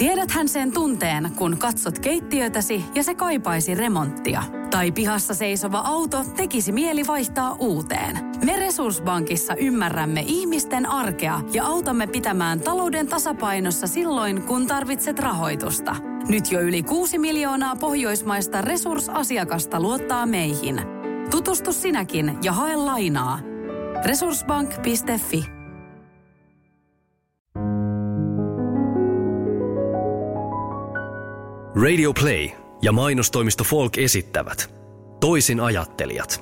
Tiedäthän sen tunteen, kun katsot keittiötäsi ja se kaipaisi remonttia. Tai pihassa seisova auto tekisi mieli vaihtaa uuteen. Me Resurssbankissa ymmärrämme ihmisten arkea ja autamme pitämään talouden tasapainossa silloin, kun tarvitset rahoitusta. Nyt jo yli 6 miljoonaa pohjoismaista resursasiakasta luottaa meihin. Tutustu sinäkin ja hae lainaa. Resurssbank.fi. Radio Play ja mainostoimisto Folk esittävät Toisin ajattelijat.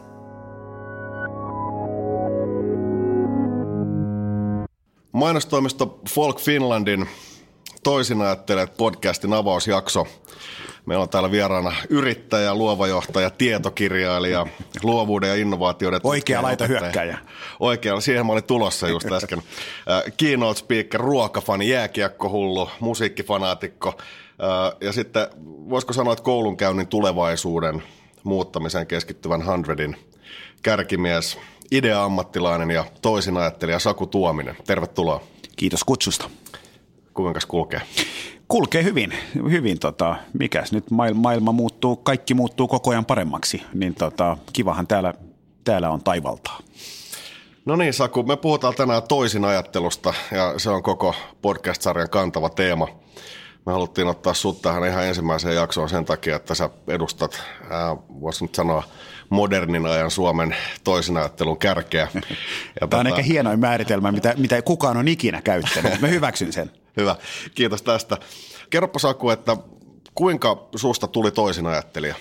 Mainostoimisto Folk Finlandin Toisin ajattelijat podcastin avausjakso. Meillä on täällä vieraana yrittäjä, luova johtaja, tietokirjailija, luovuuden ja innovaatioiden oikea laita hyökkääjä. Oikealla, siihen mä olin tulossa just äsken. Keynote speaker, ruokafani, jääkiekkohullu, musiikkifanaatikko ja sitten voisiko sanoa, että koulunkäynnin tulevaisuuden muuttamiseen keskittyvän 100:in kärkimies, idea-ammattilainen ja toisin ajattelija Saku Tuominen. Tervetuloa. Kiitos kutsusta. Kuinkas kulkee? Kulkee hyvin. Mikäs nyt maailma muuttuu, kaikki muuttuu koko ajan paremmaksi, niin kivahan täällä on taivaltaa. No niin Saku, me puhutaan tänään toisin ajattelusta ja se on koko podcast-sarjan kantava teema. Me haluttiin ottaa sut tähän ihan ensimmäiseen jaksoon sen takia, että sä edustat, voisi nyt sanoa, modernin ajan Suomen toisinajattelun kärkeä. Tämä on ehkä hienoin määritelmä, mitä kukaan on ikinä käyttänyt. Mä hyväksyn sen. Hyvä, kiitos tästä. Kerropa Saku, että kuinka susta tuli toisinajattelija?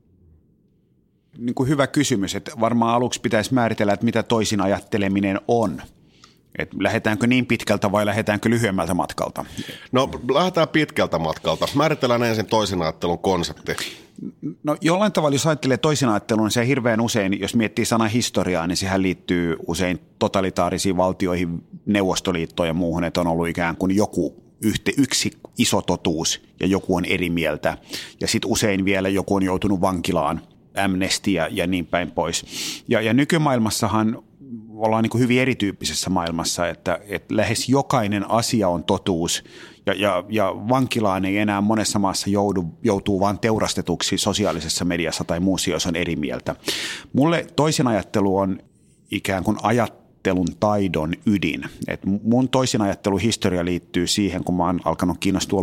Niin kuin hyvä kysymys, että varmaan aluksi pitäisi määritellä, että mitä toisinajatteleminen on. Et lähdetäänkö niin pitkältä vai lähdetäänkö lyhyemmältä matkalta? No lähdetään pitkältä matkalta. Määritellään ensin toisinajattelun konsepti. No jollain tavalla, jos ajattelee toisinajattelun, niin se hirveän usein, jos miettii sanan historiaa, niin sehän liittyy usein totalitaarisiin valtioihin, Neuvostoliittoon ja muuhun, että on ollut ikään kuin yksi iso totuus ja joku on eri mieltä. Ja sitten usein vielä joku on joutunut vankilaan, amnestia ja niin päin pois. Ja nykymaailmassahan ollaan niin kuin hyvin erityyppisessä maailmassa, että lähes jokainen asia on totuus ja vankilaan ei enää monessa maassa joutuu vaan teurastetuksi sosiaalisessa mediassa tai muussa, jos on eri mieltä. Mulle toisinajattelu on ikään kuin ajattelun taidon ydin. Et mun toisinajatteluhistoria liittyy siihen, kun mä oon alkanut kiinnostua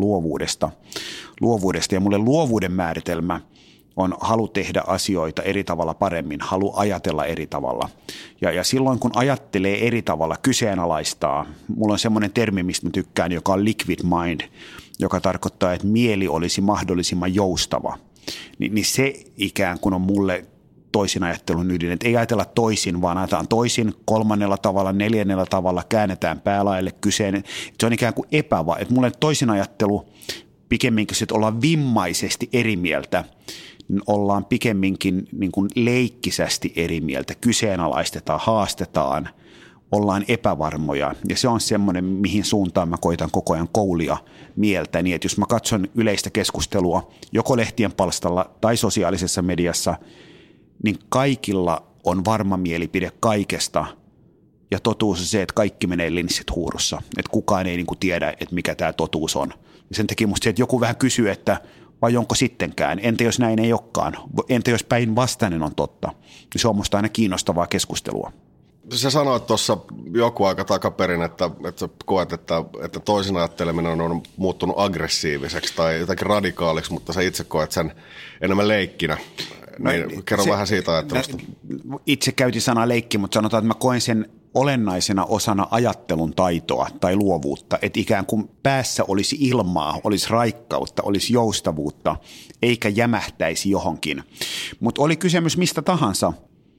luovuudesta ja mulle luovuuden määritelmä on halu tehdä asioita eri tavalla paremmin, halu ajatella eri tavalla. Ja silloin kun ajattelee eri tavalla, kyseenalaistaa, mulla on semmoinen termi, mistä mä tykkään, joka on liquid mind, joka tarkoittaa, että mieli olisi mahdollisimman joustava. Niin se ikään kuin on mulle toisinajattelun ydin, että ei ajatella toisin, vaan ajatellaan toisin 3. tavalla, 4. tavalla, käännetään päälaelle kyseen. Se on ikään kuin että mulle toisinajattelu pikemminkin, että ollaan vimmaisesti eri mieltä, niin ollaan pikemminkin niin kuin leikkisästi eri mieltä, kyseenalaistetaan, haastetaan, ollaan epävarmoja. Ja se on semmoinen, mihin suuntaan mä koitan koko ajan koulia mieltä. Niin, että jos mä katson yleistä keskustelua joko lehtien palstalla tai sosiaalisessa mediassa, niin kaikilla on varma mielipide kaikesta. Ja totuus on se, että kaikki menee linssit huurussa. Että kukaan ei niin kuin tiedä, että mikä tämä totuus on. Ja sen takia musta se, että joku vähän kysyy, että vai onko sittenkään? Entä jos näin ei olekaan? Entä jos päinvastainen on totta? Se on musta aina kiinnostavaa keskustelua. Sä sanoit tuossa joku aika takaperin, että sä koet, että toisinajatteleminen on muuttunut aggressiiviseksi tai jotenkin radikaaliksi, mutta sä itse koet sen enemmän leikkinä. Niin, kerro vähän siitä ajattelusta. Itse käytin sanaa leikki, mutta sanotaan, että mä koen sen olennaisena osana ajattelun taitoa tai luovuutta, että ikään kuin päässä olisi ilmaa, olisi raikkautta, olisi joustavuutta, eikä jämähtäisi johonkin. Mutta oli kysymys mistä tahansa,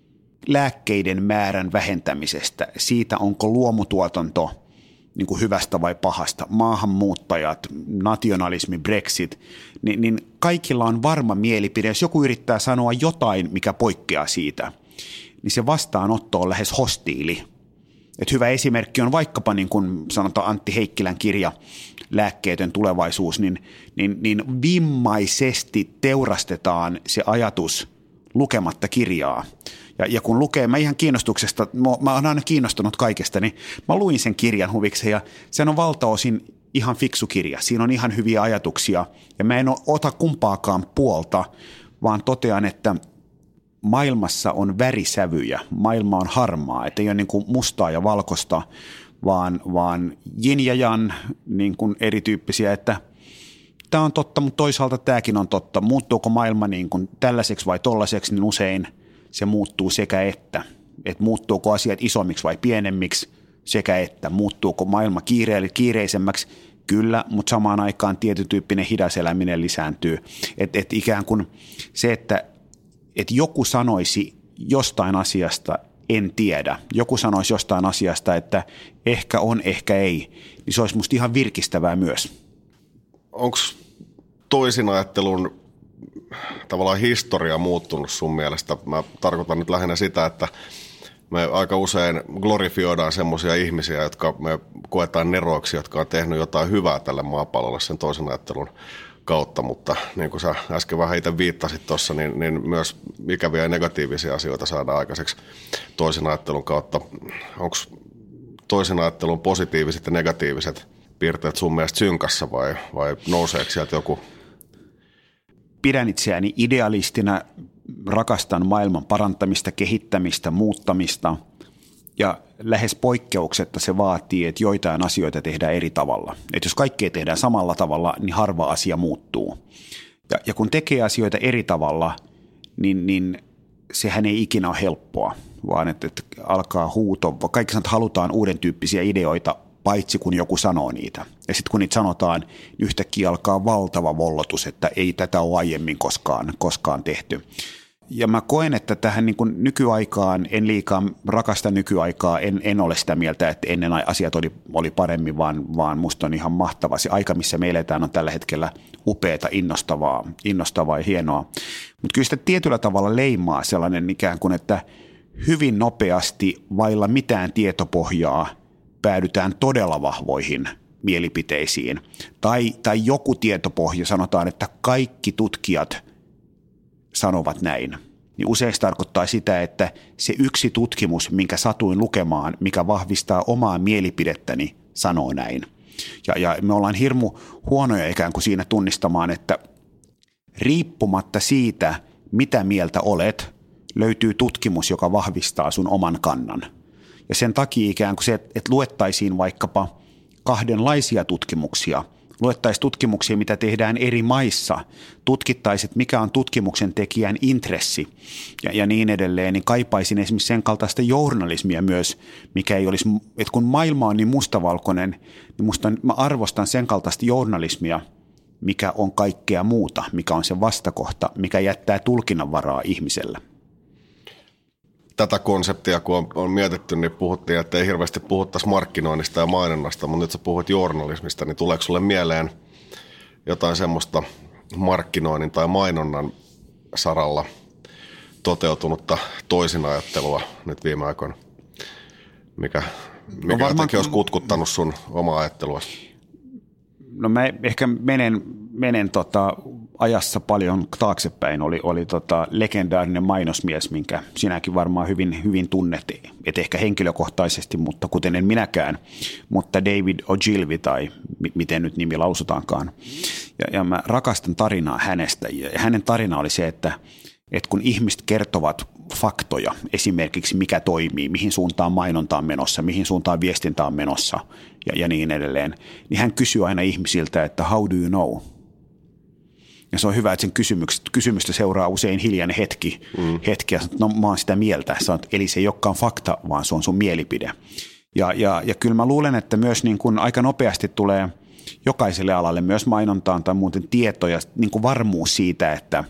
lääkkeiden määrän vähentämisestä, siitä onko luomutuotanto niin kuin hyvästä vai pahasta, maahanmuuttajat, nationalismi, Brexit, niin kaikilla on varma mielipide. Jos joku yrittää sanoa jotain, mikä poikkeaa siitä, niin se vastaanotto on lähes hostiili. Et hyvä esimerkki on vaikkapa niin kuin sanotaan Antti Heikkilän kirja Lääkkeetön tulevaisuus, niin vimmaisesti teurastetaan se ajatus lukematta kirjaa. Ja kun lukee, mä ihan kiinnostuksesta, mä oon aina kiinnostunut kaikesta, niin mä luin sen kirjan huvikseen ja sen on valtaosin ihan fiksu kirja. Siinä on ihan hyviä ajatuksia ja mä en ota kumpaakaan puolta, vaan totean, että maailmassa on värisävyjä, maailma on harmaa, että ei ole niin kuin mustaa ja valkoista, vaan yin ja yang, niin kuin erityyppisiä, että tämä on totta, mutta toisaalta tämäkin on totta. Muuttuuko maailma niin kuin tällaiseksi vai tollaiseksi, niin usein se muuttuu sekä että muuttuuko asiat isommiksi vai pienemmiksi, sekä että muuttuuko maailma kiireisemmäksi, kyllä, mutta samaan aikaan tietytyyppinen hidas eläminen lisääntyy. Et ikään kuin se, että joku sanoisi jostain asiasta, en tiedä, joku sanoisi jostain asiasta, että ehkä on, ehkä ei, niin se olisi musta ihan virkistävää myös. Onko toisinajattelun tavallaan historia muuttunut sun mielestä? Mä tarkoitan nyt lähinnä sitä, että me aika usein glorifioidaan semmoisia ihmisiä, jotka me koetaan neroiksi, jotka on tehnyt jotain hyvää tälle maapallolle sen toisinajattelun kautta, mutta niin kuin sä äsken vähän itse viittasit tuossa, niin myös ikäviä ja negatiivisia asioita saadaan aikaiseksi toisinajattelun kautta. Onko toisinajattelun positiiviset ja negatiiviset piirteet sun mielestä synkassa vai nouseeko sieltä joku? Pidän itseäni idealistina, rakastan maailman parantamista, kehittämistä, muuttamista ja lähes poikkeuksetta se vaatii, että joitain asioita tehdään eri tavalla. Että jos kaikkea tehdään samalla tavalla, niin harva asia muuttuu. Ja kun tekee asioita eri tavalla, niin sehän ei ikinä ole helppoa, vaan että alkaa huuto. Kaikki sanoo, että halutaan uuden tyyppisiä ideoita, paitsi kun joku sanoo niitä. Ja sitten kun niitä sanotaan, niin yhtäkkiä alkaa valtava vollotus, että ei tätä ole aiemmin koskaan tehty. Ja mä koen, että tähän niin kuin nykyaikaan, en liikaa rakasta nykyaikaa, en ole sitä mieltä, että ennen asiat oli paremmin, vaan musta on ihan mahtava. Se aika, missä me eletään, on tällä hetkellä upeata, innostavaa ja hienoa. Mutta kyllä sitä tietyllä tavalla leimaa sellainen ikään kuin, että hyvin nopeasti vailla mitään tietopohjaa päädytään todella vahvoihin mielipiteisiin. Tai joku tietopohja, sanotaan, että kaikki tutkijat sanovat näin. Niin usein se tarkoittaa sitä, että se yksi tutkimus, minkä satuin lukemaan, mikä vahvistaa omaa mielipidettäni, sanoo näin. Ja me ollaan hirmu huonoja ikään kuin siinä tunnistamaan, että riippumatta siitä, mitä mieltä olet, löytyy tutkimus, joka vahvistaa sun oman kannan. Ja sen takia ikään kuin se, että luettaisiin vaikkapa kahdenlaisia tutkimuksia, luettaisiin tutkimuksia, mitä tehdään eri maissa, tutkittaisiin, mikä on tutkimuksen tekijän intressi ja niin edelleen, niin kaipaisin esimerkiksi sen kaltaista journalismia myös, mikä ei olisi, että kun maailma on niin mustavalkoinen, niin mä arvostan sen kaltaista journalismia, mikä on kaikkea muuta, mikä on se vastakohta, mikä jättää tulkinnanvaraa ihmiselle. Tätä konseptia, kun on mietitty, niin puhuttiin, että ei hirveästi puhuttaisi markkinoinnista ja mainonnasta, mutta nyt sä puhut journalismista, niin tuleeko sulle mieleen jotain semmoista markkinoinnin tai mainonnan saralla toteutunutta toisinajattelua nyt viime aikoina, mikä jotenkin olisi kutkuttanut sun omaa ajattelua? No mä ehkä menen ajassa paljon taaksepäin. Oli legendaarinen mainosmies, minkä sinäkin varmaan hyvin tunnet, et ehkä henkilökohtaisesti, mutta kuten en minäkään, mutta David Ogilvy tai miten nyt nimi lausutaankaan. Ja mä rakastan tarinaa hänestä. Ja hänen tarina oli se, että kun ihmiset kertovat faktoja, esimerkiksi mikä toimii, mihin suuntaan mainonta on menossa, mihin suuntaan viestintä on menossa ja niin edelleen, niin hän kysyy aina ihmisiltä, että how do you know? Ja se on hyvä, että sen kysymystä seuraa usein hiljainen hetki ja sanoo, no mä oon sitä mieltä. Eli se ei olekaan fakta, vaan se on sun mielipide. Ja kyllä mä luulen, että myös niin kuin aika nopeasti tulee jokaiselle alalle myös mainontaan tai muuten tietoja, niin kuin varmuus siitä, että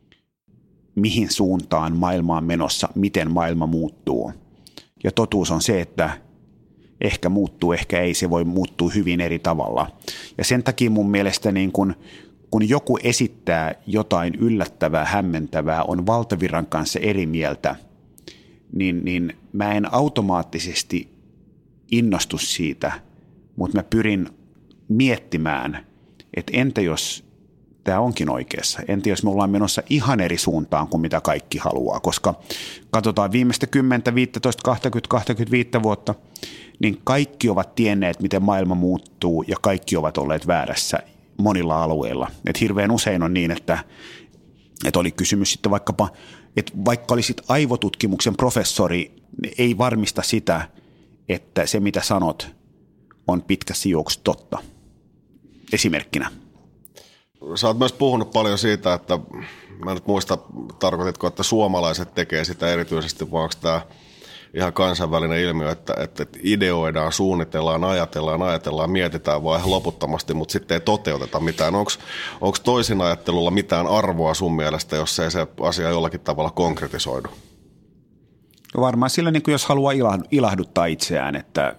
mihin suuntaan maailma on menossa, miten maailma muuttuu. Ja totuus on se, että ehkä muuttuu, ehkä ei, se voi muuttua hyvin eri tavalla. Ja sen takia mun mielestä niin kun joku esittää jotain yllättävää, hämmentävää, on valtavirran kanssa eri mieltä, niin mä en automaattisesti innostu siitä, mutta mä pyrin miettimään, että entä jos tämä onkin oikeassa. Entä jos me ollaan menossa ihan eri suuntaan kuin mitä kaikki haluaa, koska katsotaan viimeistä 10, 15, 20, 25 vuotta, niin kaikki ovat tienneet, miten maailma muuttuu ja kaikki ovat olleet väärässä monilla alueilla. Et hirveän usein on niin, että oli kysymys sitten vaikkapa, että vaikka olisit aivotutkimuksen professori, ei varmista sitä, että se mitä sanot on pitkässä juoksussa totta. Esimerkkinä. Sä oot myös puhunut paljon siitä, että mä en nyt muista, tarkoititko, että suomalaiset tekee sitä erityisesti, vai onko tämä ihan kansainvälinen ilmiö, että ideoidaan, suunnitellaan, ajatellaan, mietitään vaan ihan loputtomasti, mutta sitten ei toteuteta mitään. Onko toisinajattelulla mitään arvoa sun mielestä, jos ei se asia jollakin tavalla konkretisoidu? Varmaan sillä, niin kuin jos haluaa ilahduttaa itseään, että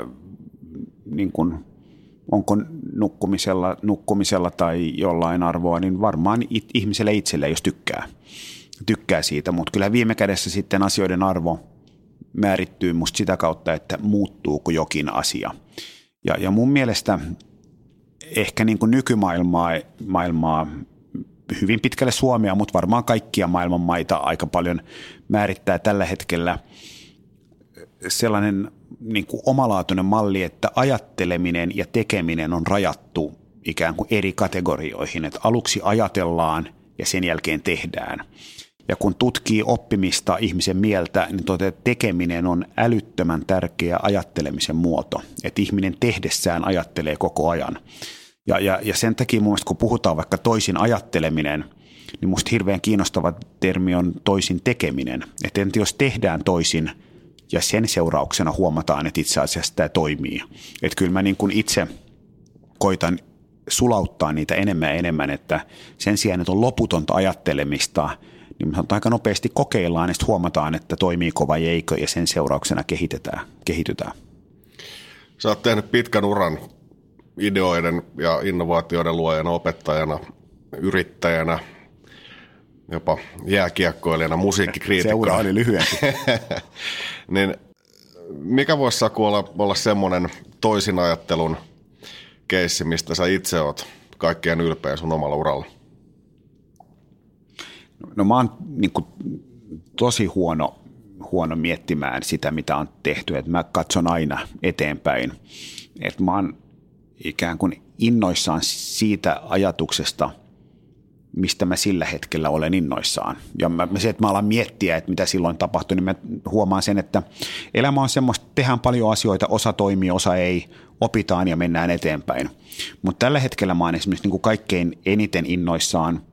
niin kuin, onko nukkumisella tai jollain arvoa, niin varmaan ihmiselle itselle, jos tykkää siitä, mutta kyllä viime kädessä sitten asioiden arvo määrittyy musta sitä kautta, että muuttuuko jokin asia. Ja mun mielestä ehkä niin kuin nykymaailmaa, hyvin pitkälle Suomea, mutta varmaan kaikkia maailman maita aika paljon määrittää tällä hetkellä sellainen niin kuin omalaatuinen malli, että ajatteleminen ja tekeminen on rajattu ikään kuin eri kategorioihin, että aluksi ajatellaan ja sen jälkeen tehdään. Ja kun tutkii oppimista, ihmisen mieltä, niin tekeminen on älyttömän tärkeä ajattelemisen muoto, että ihminen tehdessään ajattelee koko ajan. Ja sen takia mun mielestä, kun puhutaan vaikka toisin ajatteleminen, niin musta hirveän kiinnostava termi on toisin tekeminen. Että entä jos tehdään toisin ja sen seurauksena huomataan, että itse asiassa tämä toimii. Että kyllä mä niin kuin itse koitan sulauttaa niitä enemmän ja enemmän, että sen sijaan, että on loputonta ajattelemista, niin me aika nopeasti kokeillaan ja sitten huomataan, että toimiiko vai eikö ja sen seurauksena kehitytään. Sä oot tehnyt pitkän uran ideoiden ja innovaatioiden luojana, opettajana, yrittäjänä, jopa jääkiekkoilijana, musiikkikriitikkona. Seura oli lyhyempi. Niin mikä voisi, Saku, olla semmoinen toisinajattelun keissi, mistä sä itse oot kaikkein ylpeä sun omalla uralla? No mä oon niin kuin tosi huono miettimään sitä, mitä on tehty. Et mä katson aina eteenpäin. Et mä oon ikään kuin innoissaan siitä ajatuksesta, mistä mä sillä hetkellä olen innoissaan. Ja se, että mä alan miettiä, että mitä silloin tapahtui, niin mä huomaan sen, että elämä on semmoista, tehdään paljon asioita, osa toimii, osa ei, opitaan ja mennään eteenpäin. Mutta tällä hetkellä mä oon esimerkiksi niin kuin kaikkein eniten innoissaan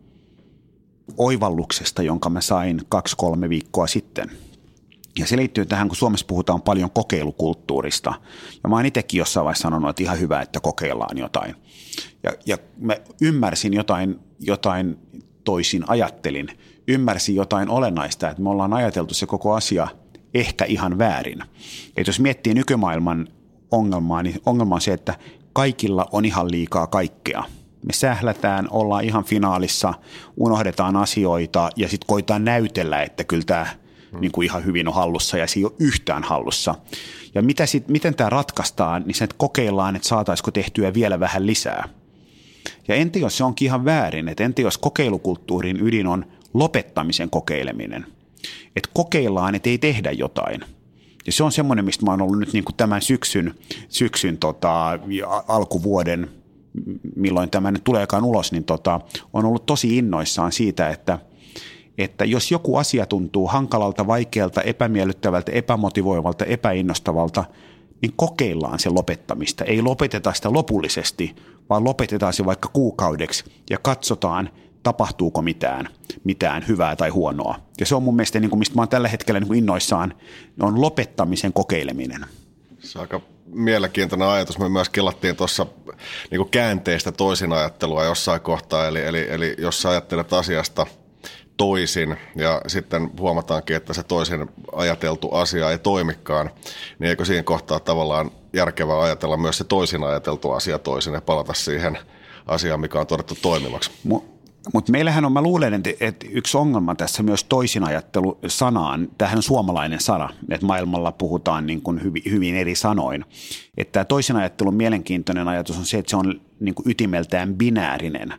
oivalluksesta, jonka mä sain 2-3 viikkoa sitten. Ja se liittyy tähän, kun Suomessa puhutaan paljon kokeilukulttuurista. Ja mä oon itsekin jossain vaiheessa sanonut, että ihan hyvä, että kokeillaan jotain. Ja mä ymmärsin jotain toisin, ajattelin. Ymmärsin jotain olennaista, että me ollaan ajateltu se koko asia ehkä ihan väärin. Että jos miettii nykymaailman ongelmaa, niin ongelma on se, että kaikilla on ihan liikaa kaikkea. Me sählätään, ollaan ihan finaalissa, unohdetaan asioita ja sitten koitaan näytellä, että kyllä tämä niin kuin ihan hyvin on hallussa ja se ei ole yhtään hallussa. Ja miten tämä ratkaistaan, niin se, että kokeillaan, että saataisiko tehtyä vielä vähän lisää. Ja entä jos se onkin ihan väärin, että entä jos kokeilukulttuurin ydin on lopettamisen kokeileminen. Että kokeillaan, että ei tehdä jotain. Ja se on semmoinen, mistä mä oon ollut nyt niin kuin tämän syksyn alkuvuoden, milloin tämä nyt tuleekaan ulos, niin on ollut tosi innoissaan siitä, että jos joku asia tuntuu hankalalta, vaikealta, epämiellyttävältä, epämotivoivalta, epäinnostavalta, niin kokeillaan sen lopettamista. Ei lopeteta sitä lopullisesti, vaan lopetetaan se vaikka kuukaudeksi ja katsotaan, tapahtuuko mitään hyvää tai huonoa. Ja se on mun mielestä, niin kuin mistä mä oon tällä hetkellä niin kuin innoissaan, on lopettamisen kokeileminen. Se on aika mielenkiintoinen ajatus. Me myös kelattiin tuossa niin kuin käänteistä toisinajattelua jossain kohtaa, eli jos sä ajattelet asiasta toisin ja sitten huomataankin, että se toisin ajateltu asia ei toimikaan, niin eikö siinä kohtaa tavallaan järkevää ajatella myös se toisin ajateltu asia toisin ja palata siihen asiaan, mikä on todettu toimivaksi? Mutta meillähän on, mä luulen, että yksi ongelma tässä myös toisinajattelu sanaan, tämähän on suomalainen sana, että maailmalla puhutaan niin kuin hyvin eri sanoin. Että tämä toisinajattelun mielenkiintoinen ajatus on se, että se on niin kuin ytimeltään binäärinen.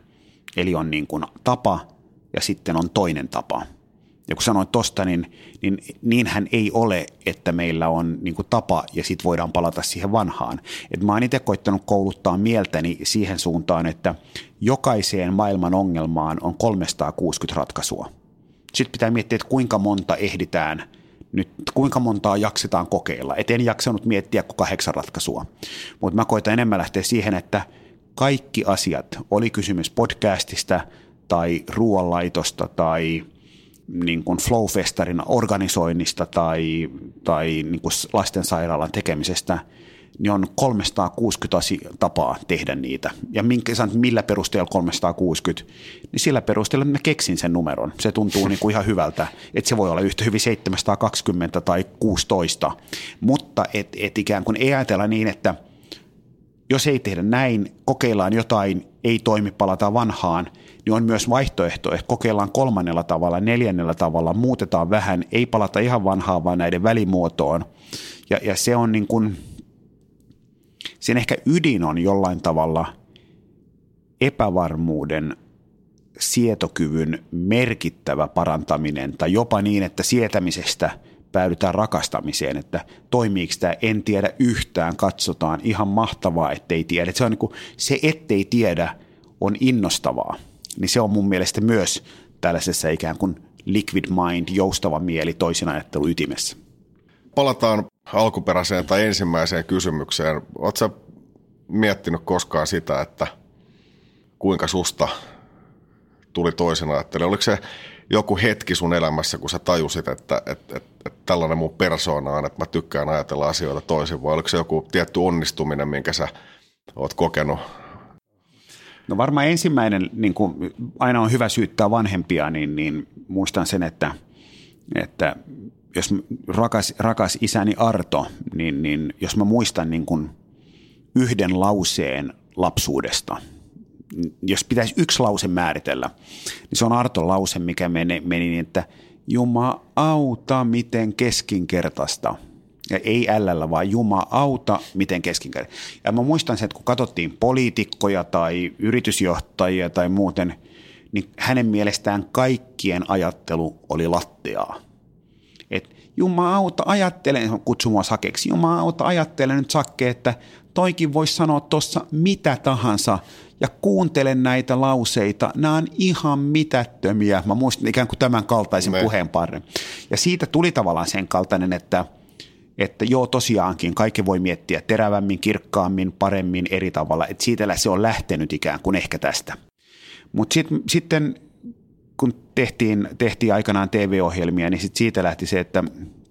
Eli on niin kuin tapa ja sitten on toinen tapa. Ja kun sanoin tuosta, niinhän ei ole, että meillä on niin kuin tapa ja sitten voidaan palata siihen vanhaan. Et mä oon itse koittanut kouluttaa mieltäni siihen suuntaan, että jokaiseen maailman ongelmaan on 360 ratkaisua. Sitten pitää miettiä, että kuinka monta ehditään nyt, kuinka montaa jaksetaan kokeilla. Et en jaksanut miettiä kuin 8 ratkaisua, mutta mä koitan enemmän lähteä siihen, että kaikki asiat, oli kysymys podcastista tai ruoanlaitosta tai niin kuin Flow-festarin organisoinnista tai niin kuin lastensairaalan tekemisestä, niin on 360 tapaa tehdä niitä. Ja millä perusteella 360? Niin sillä perusteella mä keksin sen numeron. Se tuntuu niin kuin ihan hyvältä, että se voi olla yhtä hyvin 720 tai 16. Mutta et ikään kuin ei ajatella niin, että jos ei tehdä näin, kokeillaan jotain, ei toimi, palataan vanhaan, niin on myös vaihtoehto, että kokeillaan 3. tavalla, 4. tavalla, muutetaan vähän, ei palata ihan vanhaan, vaan näiden välimuotoon. Ja se on niin kuin, sen ehkä ydin on jollain tavalla epävarmuuden sietokyvyn merkittävä parantaminen, tai jopa niin, että sietämisestä päädytään rakastamiseen, että toimiiko tämä, en tiedä yhtään, katsotaan, ihan mahtavaa, ettei tiedä. Se on niin kuin, se ettei tiedä on innostavaa, niin se on mun mielestä myös tällaisessa ikään kuin liquid mind, joustava mieli, toisinajattelu ytimessä. Palataan alkuperäiseen tai ensimmäiseen kysymykseen. Oletko sä miettinyt koskaan sitä, että kuinka susta tuli toisinajattelija? Oliko se joku hetki sun elämässä, kun sä tajusit, että tällainen mun persoona on, että mä tykkään ajatella asioita toisin, vai oliko se joku tietty onnistuminen, minkä sä oot kokenut? No varmaan ensimmäinen, niin kuin aina on hyvä syyttää vanhempia, niin muistan sen, että jos rakas isäni Arto, niin jos mä muistan niin kuin yhden lauseen lapsuudesta, jos pitäisi yksi lause määritellä, niin se on Arton lause, mikä meni niin, että Jumala auta, miten keskinkertaista. Ja ei ällällä, vaan Jumala auta, miten keskinkertaista. Ja mä muistan sen, että kun katsottiin poliitikkoja tai yritysjohtajia tai muuten, niin hänen mielestään kaikkien ajattelu oli latteaa. Et Jumala auta, ajattelen, kutsu mua Sakeksi, Jumala auta, ajattelen nyt Sakke, että toikin voisi sanoa tuossa mitä tahansa ja kuuntelen näitä lauseita, nämä on ihan mitättömiä. Mä muistan ikään kuin tämän kaltaisen puheenparren. Ja siitä tuli tavallaan sen kaltainen, että joo tosiaankin kaikki voi miettiä terävämmin, kirkkaammin, paremmin, eri tavalla. Että siitä se on lähtenyt ikään kuin ehkä tästä. Mutta sitten kun tehtiin aikanaan TV-ohjelmia, niin siitä lähti se, että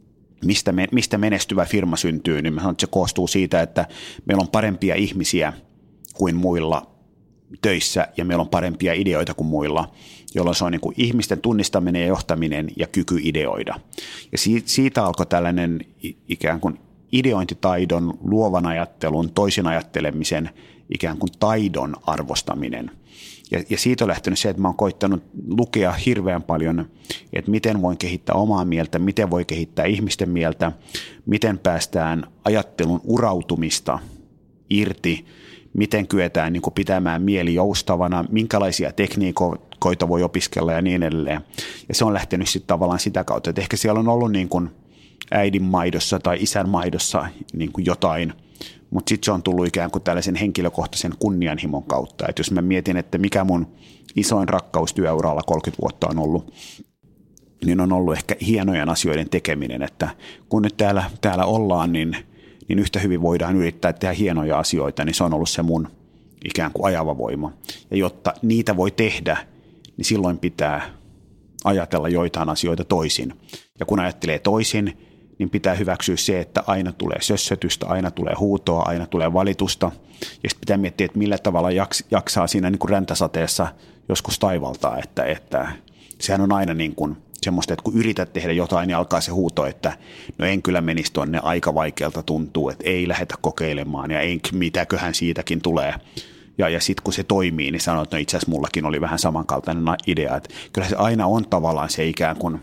mistä menestyvä firma syntyy, niin mä sanon, että se koostuu siitä, että meillä on parempia ihmisiä kuin muilla töissä ja meillä on parempia ideoita kuin muilla, jolloin se on niin kuin ihmisten tunnistaminen ja johtaminen ja kyky ideoida. Ja siitä alkoi tällainen ikään kuin ideointitaidon, luovan ajattelun, toisin ajattelemisen ikään kuin taidon arvostaminen. Ja siitä on lähtenyt se, että mä oon koittanut lukea hirveän paljon, että miten voin kehittää omaa mieltä, miten voi kehittää ihmisten mieltä, miten päästään ajattelun urautumista irti, miten kyetään niin kuin pitämään mieli joustavana, minkälaisia tekniikoita voi opiskella ja niin edelleen. Ja se on lähtenyt sitten tavallaan sitä kautta, että ehkä siellä on ollut niin kuin äidin maidossa tai isän maidossa niin kuin jotain, mutta sitten se on tullut ikään kuin tällaisen henkilökohtaisen kunnianhimon kautta. Että jos mä mietin, että mikä mun isoin rakkaus työuralla 30 vuotta on ollut, niin on ollut ehkä hienojen asioiden tekeminen. Että kun nyt täällä ollaan, niin yhtä hyvin voidaan yrittää tehdä hienoja asioita, niin se on ollut se mun ikään kuin ajava voima. Ja jotta niitä voi tehdä, niin silloin pitää ajatella joitain asioita toisin. Ja kun ajattelee toisin, niin pitää hyväksyä se, että aina tulee sössötystä, aina tulee huutoa, aina tulee valitusta. Ja sitten pitää miettiä, että millä tavalla jaksaa siinä niin kuin räntäsateessa joskus taivaltaa, että sehän on aina niin kuin semmoista, että kun yrität tehdä jotain, niin alkaa se huuto, että no en kyllä menisi tuonne, aika vaikealta tuntuu, että ei lähdetä kokeilemaan ja mitäköhän siitäkin tulee. Ja sitten kun se toimii, niin sanoo, että no itse asiassa mullakin oli vähän samankaltainen idea, että kyllä se aina on tavallaan se ikään kuin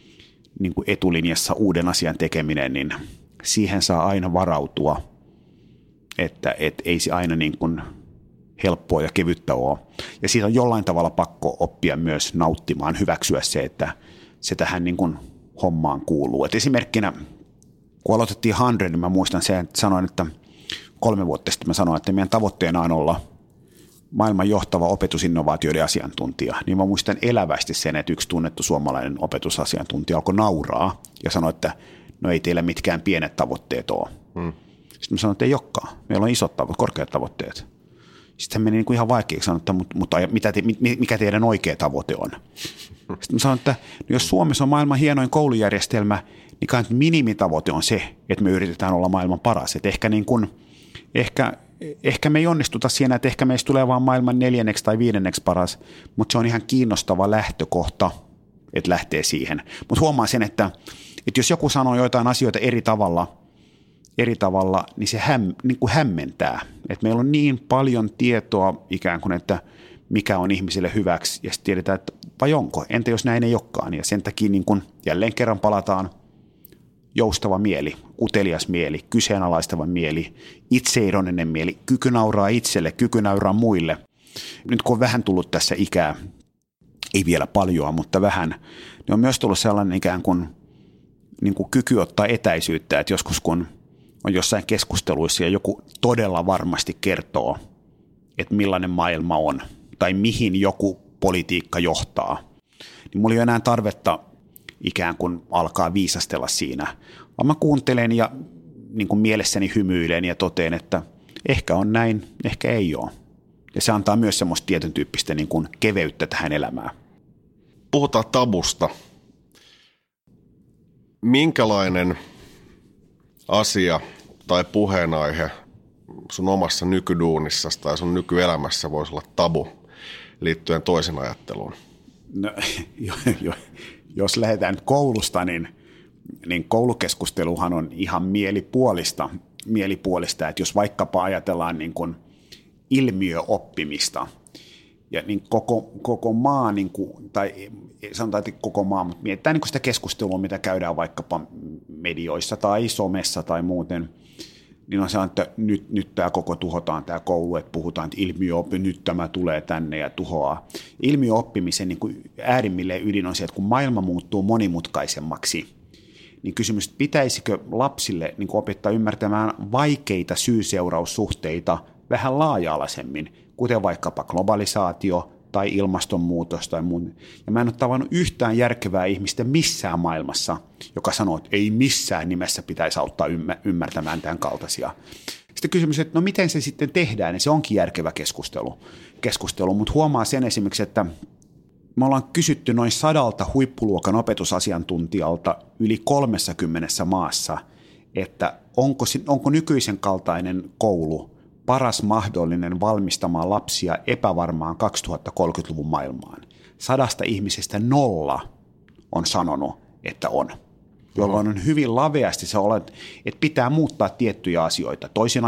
etulinjassa uuden asian tekeminen, niin siihen saa aina varautua, että ei se aina niin kuin helppoa ja kevyttä ole. Ja siitä on jollain tavalla pakko oppia myös nauttimaan, hyväksyä se, että se tähän niin kuin hommaan kuuluu. Et esimerkkinä, kun aloitettiin 100, niin mä muistan sen, että sanoin, että 3 vuotta sitten mä sanoin, että meidän tavoitteena on olla maailman johtava opetusinnovaatioiden asiantuntija. Niin mä muistan elävästi sen, että yksi tunnettu suomalainen opetusasiantuntija alkoi nauraa ja sanoi, että no ei teillä mitkään pienet tavoitteet ole. Sitten mä sanoin, että ei olekaan. Meillä on isot korkeat tavoitteet. Sitten meni niin kuin ihan vaikeaksi sanoa, että mutta mikä teidän oikea tavoite on? Sitten mä sanoin, että no jos Suomessa on maailman hienoin koulujärjestelmä, niin kai minimitavoite on se, että me yritetään olla maailman paras. Että ehkä me ei onnistuta siinä, että ehkä meistä tulee vaan maailman 4. tai 5. paras, mutta se on ihan kiinnostava lähtökohta, että lähtee siihen. Mutta huomaa sen, että jos joku sanoo joitain asioita eri tavalla, niin se niin kuin hämmentää. Et meillä on niin paljon tietoa ikään kuin, että mikä on ihmisille hyväksi, ja sitten tiedetään, että vai onko, entä jos näin ei olekaan. Ja sen takia niin kuin jälleen kerran palataan joustava mieli, utelias mieli, kyseenalaistava mieli, itseironinen mieli, kyky nauraa itselle, kyky nauraa muille. Nyt kun on vähän tullut tässä ikää, ei vielä paljoa, mutta vähän, niin on myös tullut sellainen ikään kuin, kyky ottaa etäisyyttä, että joskus kun on jossain keskusteluissa ja joku todella varmasti kertoo, että millainen maailma on tai mihin joku politiikka johtaa, niin mulla ei ole enää tarvetta ikään kuin alkaa viisastella siinä, vaan mä kuuntelen ja niin kuin mielessäni hymyilen ja toteen, että ehkä on näin, ehkä ei ole. Ja se antaa myös semmoista tietyn tyyppistä niin kuin keveyttä tähän elämään. Puhutaan tabusta. Minkälainen asia tai puheenaihe sun omassa nykyduunissasi tai sun nykyelämässä voisi olla tabu liittyen toisen ajatteluun? No, jos lähdetään koulusta, niin koulukeskusteluhan on ihan mielipuolista, että jos vaikkapa ajatellaan niin kuin ilmiöoppimista, ja niin koko maa, niin kuin, tai sanotaan, että koko maa, mutta mietitään niin kuin sitä keskustelua, mitä käydään vaikkapa medioissa tai somessa tai muuten, niin on se, että nyt tämä koko tuhotaan tämä koulu, että puhutaan, että ilmiöoppi, nyt tämä tulee tänne ja tuhoaa. Ilmiöoppimisen niin kuin äärimmilleen ydin on se, että kun maailma muuttuu monimutkaisemmaksi, niin kysymys, pitäisikö lapsille niin kuin opettaa ymmärtämään vaikeita syy-seuraussuhteita vähän laaja-alaisemmin, kuten vaikkapa globalisaatio tai ilmastonmuutos tai muun. Ja mä en ole tavannut yhtään järkevää ihmistä missään maailmassa, joka sanoo, että ei missään nimessä pitäisi auttaa ymmärtämään tämän kaltaisia. Sitten kysymys, että no miten se sitten tehdään, niin se onkin järkevä keskustelu, mutta huomaa sen esimerkiksi, että me ollaan kysytty noin 100 huippuluokan opetusasiantuntijalta yli 30 maassa, että onko nykyisen kaltainen koulu paras mahdollinen valmistamaan lapsia epävarmaan 2030-luvun maailmaan. 100 ihmisestä 0 on sanonut, että on. Jolloin on hyvin laveasti se olet, että pitää muuttaa tiettyjä asioita. Toisin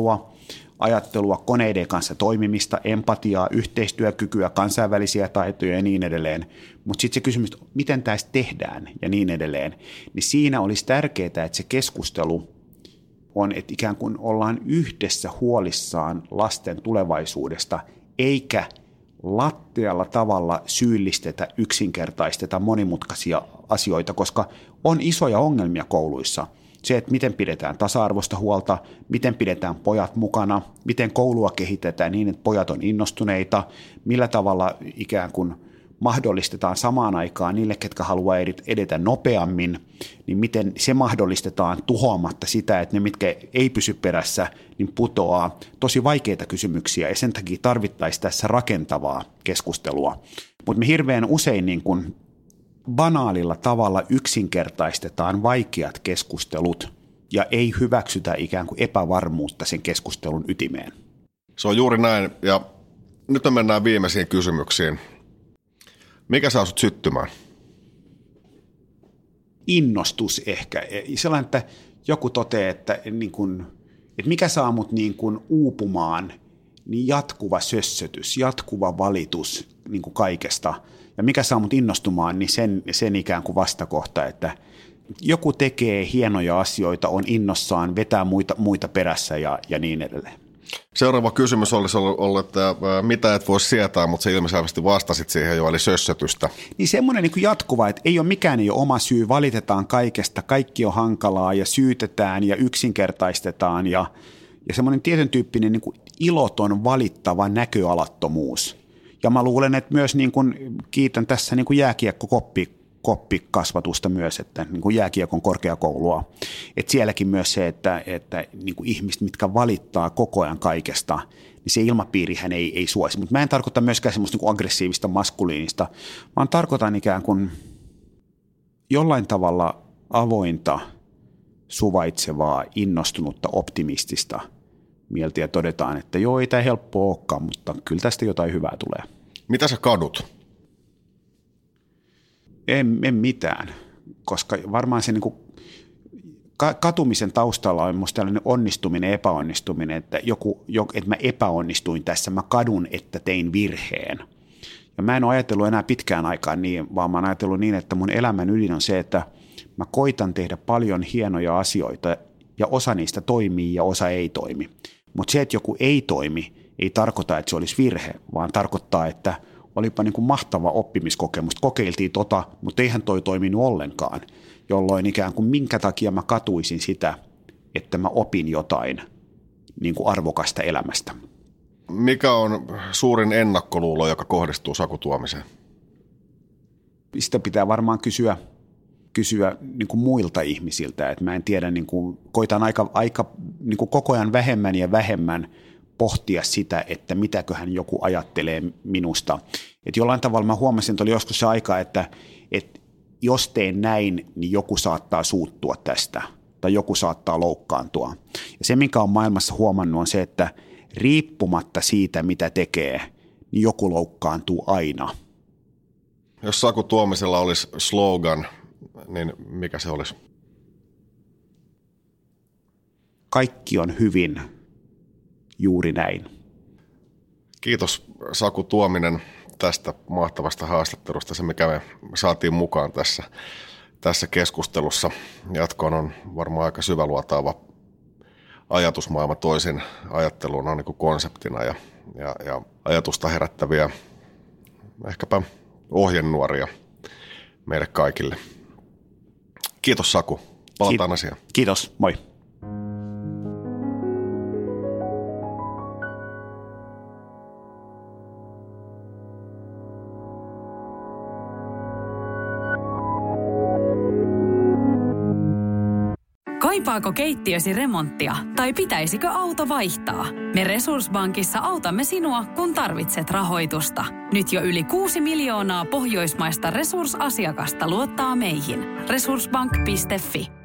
ajattelua, koneiden kanssa toimimista, empatiaa, yhteistyökykyä, kansainvälisiä taitoja ja niin edelleen. Mutta sitten se kysymys, miten tämä tehdään ja niin edelleen, niin siinä olisi tärkeää, että se keskustelu on, että ikään kuin ollaan yhdessä huolissaan lasten tulevaisuudesta, eikä lattealla tavalla syyllistetä, yksinkertaisteta monimutkaisia asioita, koska on isoja ongelmia kouluissa. Se, että miten pidetään tasa-arvosta huolta, miten pidetään pojat mukana, miten koulua kehitetään niin, että pojat on innostuneita, millä tavalla ikään kuin mahdollistetaan samaan aikaan niille, ketkä haluaa edetä nopeammin, niin miten se mahdollistetaan tuhoamatta sitä, että ne, mitkä ei pysy perässä, niin putoaa. Tosi vaikeita kysymyksiä ja sen takia tarvittaisiin tässä rakentavaa keskustelua. Mutta me hirveän usein niin kuin banaalilla tavalla yksinkertaistetaan vaikeat keskustelut ja ei hyväksytä ikään kuin epävarmuutta sen keskustelun ytimeen. Se on juuri näin ja nyt me mennään viimeisiin kysymyksiin. Mikä saa sut syttymään? Innostus ehkä. Sellainen, että joku toteaa, että mikä saa mut niin kuin uupumaan, niin jatkuva sössötys, jatkuva valitus niin kuin kaikesta. Ja mikä saa mut innostumaan, niin sen ikään kuin vastakohta, että joku tekee hienoja asioita, on innossaan, vetää muita perässä ja niin edelleen. Seuraava kysymys olisi ollut, että mitä et voi sietää, mutta se ilmeisesti vastasit siihen jo, eli sössötystä. Niin semmoinen niin kuin jatkuva, että mikään ei ole oma syy, valitetaan kaikesta, kaikki on hankalaa ja syytetään ja yksinkertaistetaan ja semmoinen tietyn tyyppinen niin kuin iloton valittava näköalattomuus. Ja mä luulen, että myös niin kuin, kiitän tässä niin kuin jääkiekkokoppi-kasvatusta myös, että niin kuin jääkiekon korkeakoulua. Että sielläkin myös se, että niin kuin ihmiset, mitkä valittaa koko ajan kaikesta, niin se ilmapiirihän ei suosi. Mutta mä en tarkoita myöskään semmoista niin kuin aggressiivista maskuliinista, vaan tarkoitan ikään kuin jollain tavalla avointa, suvaitsevaa, innostunutta, optimistista mieltä ja todetaan, että joo, ei tämä helppoa olekaan, mutta kyllä tästä jotain hyvää tulee. Mitä sä kadut? En mitään, koska varmaan se niin kuin katumisen taustalla on minusta tällainen onnistuminen, epäonnistuminen, että että mä epäonnistuin tässä, mä kadun, että tein virheen. Ja mä en ole ajatellut enää pitkään aikaan niin, vaan mä oon ajatellut niin, että mun elämän ydin on se, että mä koitan tehdä paljon hienoja asioita ja osa niistä toimii ja osa ei toimi. Mutta se, että joku ei toimi, ei tarkoita, että se olisi virhe, vaan tarkoittaa, että olipa niin kuin mahtava oppimiskokemus. Kokeiltiin mutta eihän toi toiminut ollenkaan, jolloin ikään kuin minkä takia mä katuisin sitä, että mä opin jotain niin kuin arvokasta elämästä. Mikä on suurin ennakkoluulo, joka kohdistuu Saku Tuomiseen? Sitä pitää varmaan kysyä niin kuin muilta ihmisiltä, että mä en tiedä, niin kuin, koitan aika niin kuin koko ajan vähemmän ja vähemmän pohtia sitä, että mitäköhän joku ajattelee minusta. Että jollain tavalla mä huomasin, että oli joskus se aika, että jos teen näin, niin joku saattaa suuttua tästä tai joku saattaa loukkaantua. Ja se, mikä on maailmassa huomannut, on se, että riippumatta siitä, mitä tekee, niin joku loukkaantuu aina. Jos Saku Tuomisella olisi slogan, niin mikä se olisi? Kaikki on hyvin, juuri näin. Kiitos Saku Tuominen tästä mahtavasta haastattelusta, se mikä me saatiin mukaan tässä keskustelussa. Jatkoon on varmaan aika syväluotaava ajatusmaailma toisin ajatteluun on niin kuin konseptina ja ajatusta herättäviä ehkäpä ohjenuoria meille kaikille. Kiitos Saku. Palataan asiaan. Kiitos. Moi. Kaipaako keittiösi remonttia tai pitäisikö auto vaihtaa? Me Resurssbankissa autamme sinua, kun tarvitset rahoitusta. Nyt jo yli 6 miljoonaa pohjoismaista resursasiakasta luottaa meihin. Resurssbank.fi